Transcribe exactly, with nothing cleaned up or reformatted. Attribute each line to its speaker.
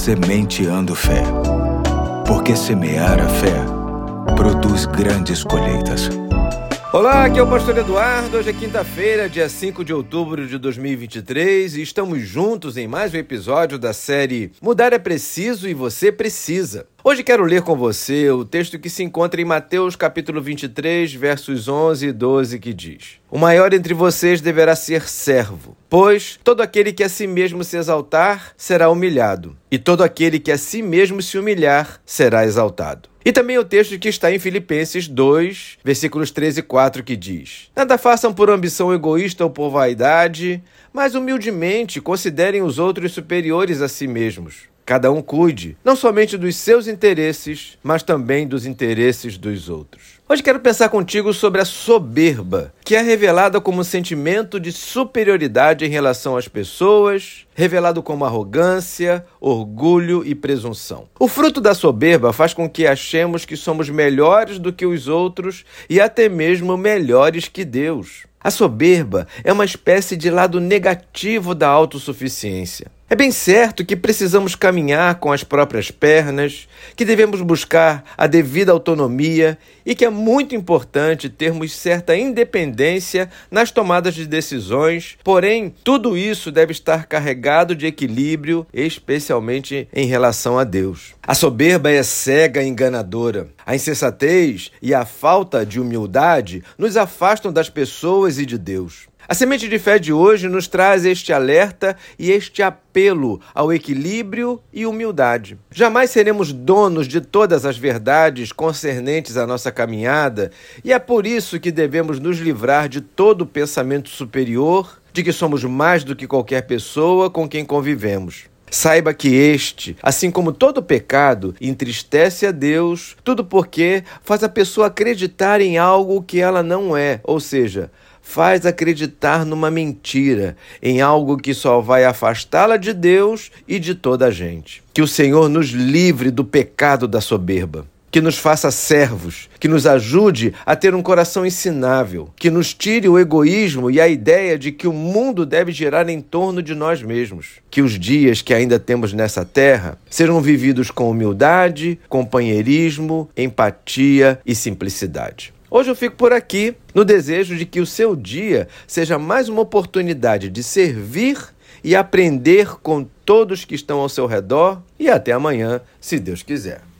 Speaker 1: Sementeando Fé. Porque semear a fé produz grandes colheitas.
Speaker 2: Olá, aqui é o Pastor Eduardo. Hoje é quinta-feira, dia cinco de outubro de dois mil e vinte e três, e estamos juntos em mais um episódio da série Mudar é Preciso e Você Precisa. Hoje quero ler com você o texto que se encontra em Mateus capítulo vinte e três, versos onze e doze, que diz: O maior entre vocês deverá ser servo, pois todo aquele que a si mesmo se exaltar será humilhado, e todo aquele que a si mesmo se humilhar será exaltado. E também o texto que está em Filipenses dois, versículos treze e quatro, que diz: Nada façam por ambição egoísta ou por vaidade, mas humildemente considerem os outros superiores a si mesmos. Cada um cuide, não somente dos seus interesses, mas também dos interesses dos outros. Hoje quero pensar contigo sobre a soberba, que é revelada como um sentimento de superioridade em relação às pessoas, revelado como arrogância, orgulho e presunção. O fruto da soberba faz com que achemos que somos melhores do que os outros e até mesmo melhores que Deus. A soberba é uma espécie de lado negativo da autossuficiência. É bem certo que precisamos caminhar com as próprias pernas, que devemos buscar a devida autonomia e que é muito importante termos certa independência nas tomadas de decisões, porém, tudo isso deve estar carregado de equilíbrio, especialmente em relação a Deus. A soberba é cega e enganadora. A insensatez e a falta de humildade nos afastam das pessoas e de Deus. A semente de fé de hoje nos traz este alerta e este apelo ao equilíbrio e humildade. Jamais seremos donos de todas as verdades concernentes à nossa caminhada, e é por isso que devemos nos livrar de todo pensamento superior, de que somos mais do que qualquer pessoa com quem convivemos. Saiba que este, assim como todo pecado, entristece a Deus, tudo porque faz a pessoa acreditar em algo que ela não é, ou seja, faz acreditar numa mentira, em algo que só vai afastá-la de Deus e de toda a gente. Que o Senhor nos livre do pecado da soberba, que nos faça servos, que nos ajude a ter um coração ensinável, que nos tire o egoísmo e a ideia de que o mundo deve girar em torno de nós mesmos. Que os dias que ainda temos nessa terra sejam vividos com humildade, companheirismo, empatia e simplicidade. Hoje eu fico por aqui, no desejo de que o seu dia seja mais uma oportunidade de servir e aprender com todos que estão ao seu redor, e até amanhã, se Deus quiser.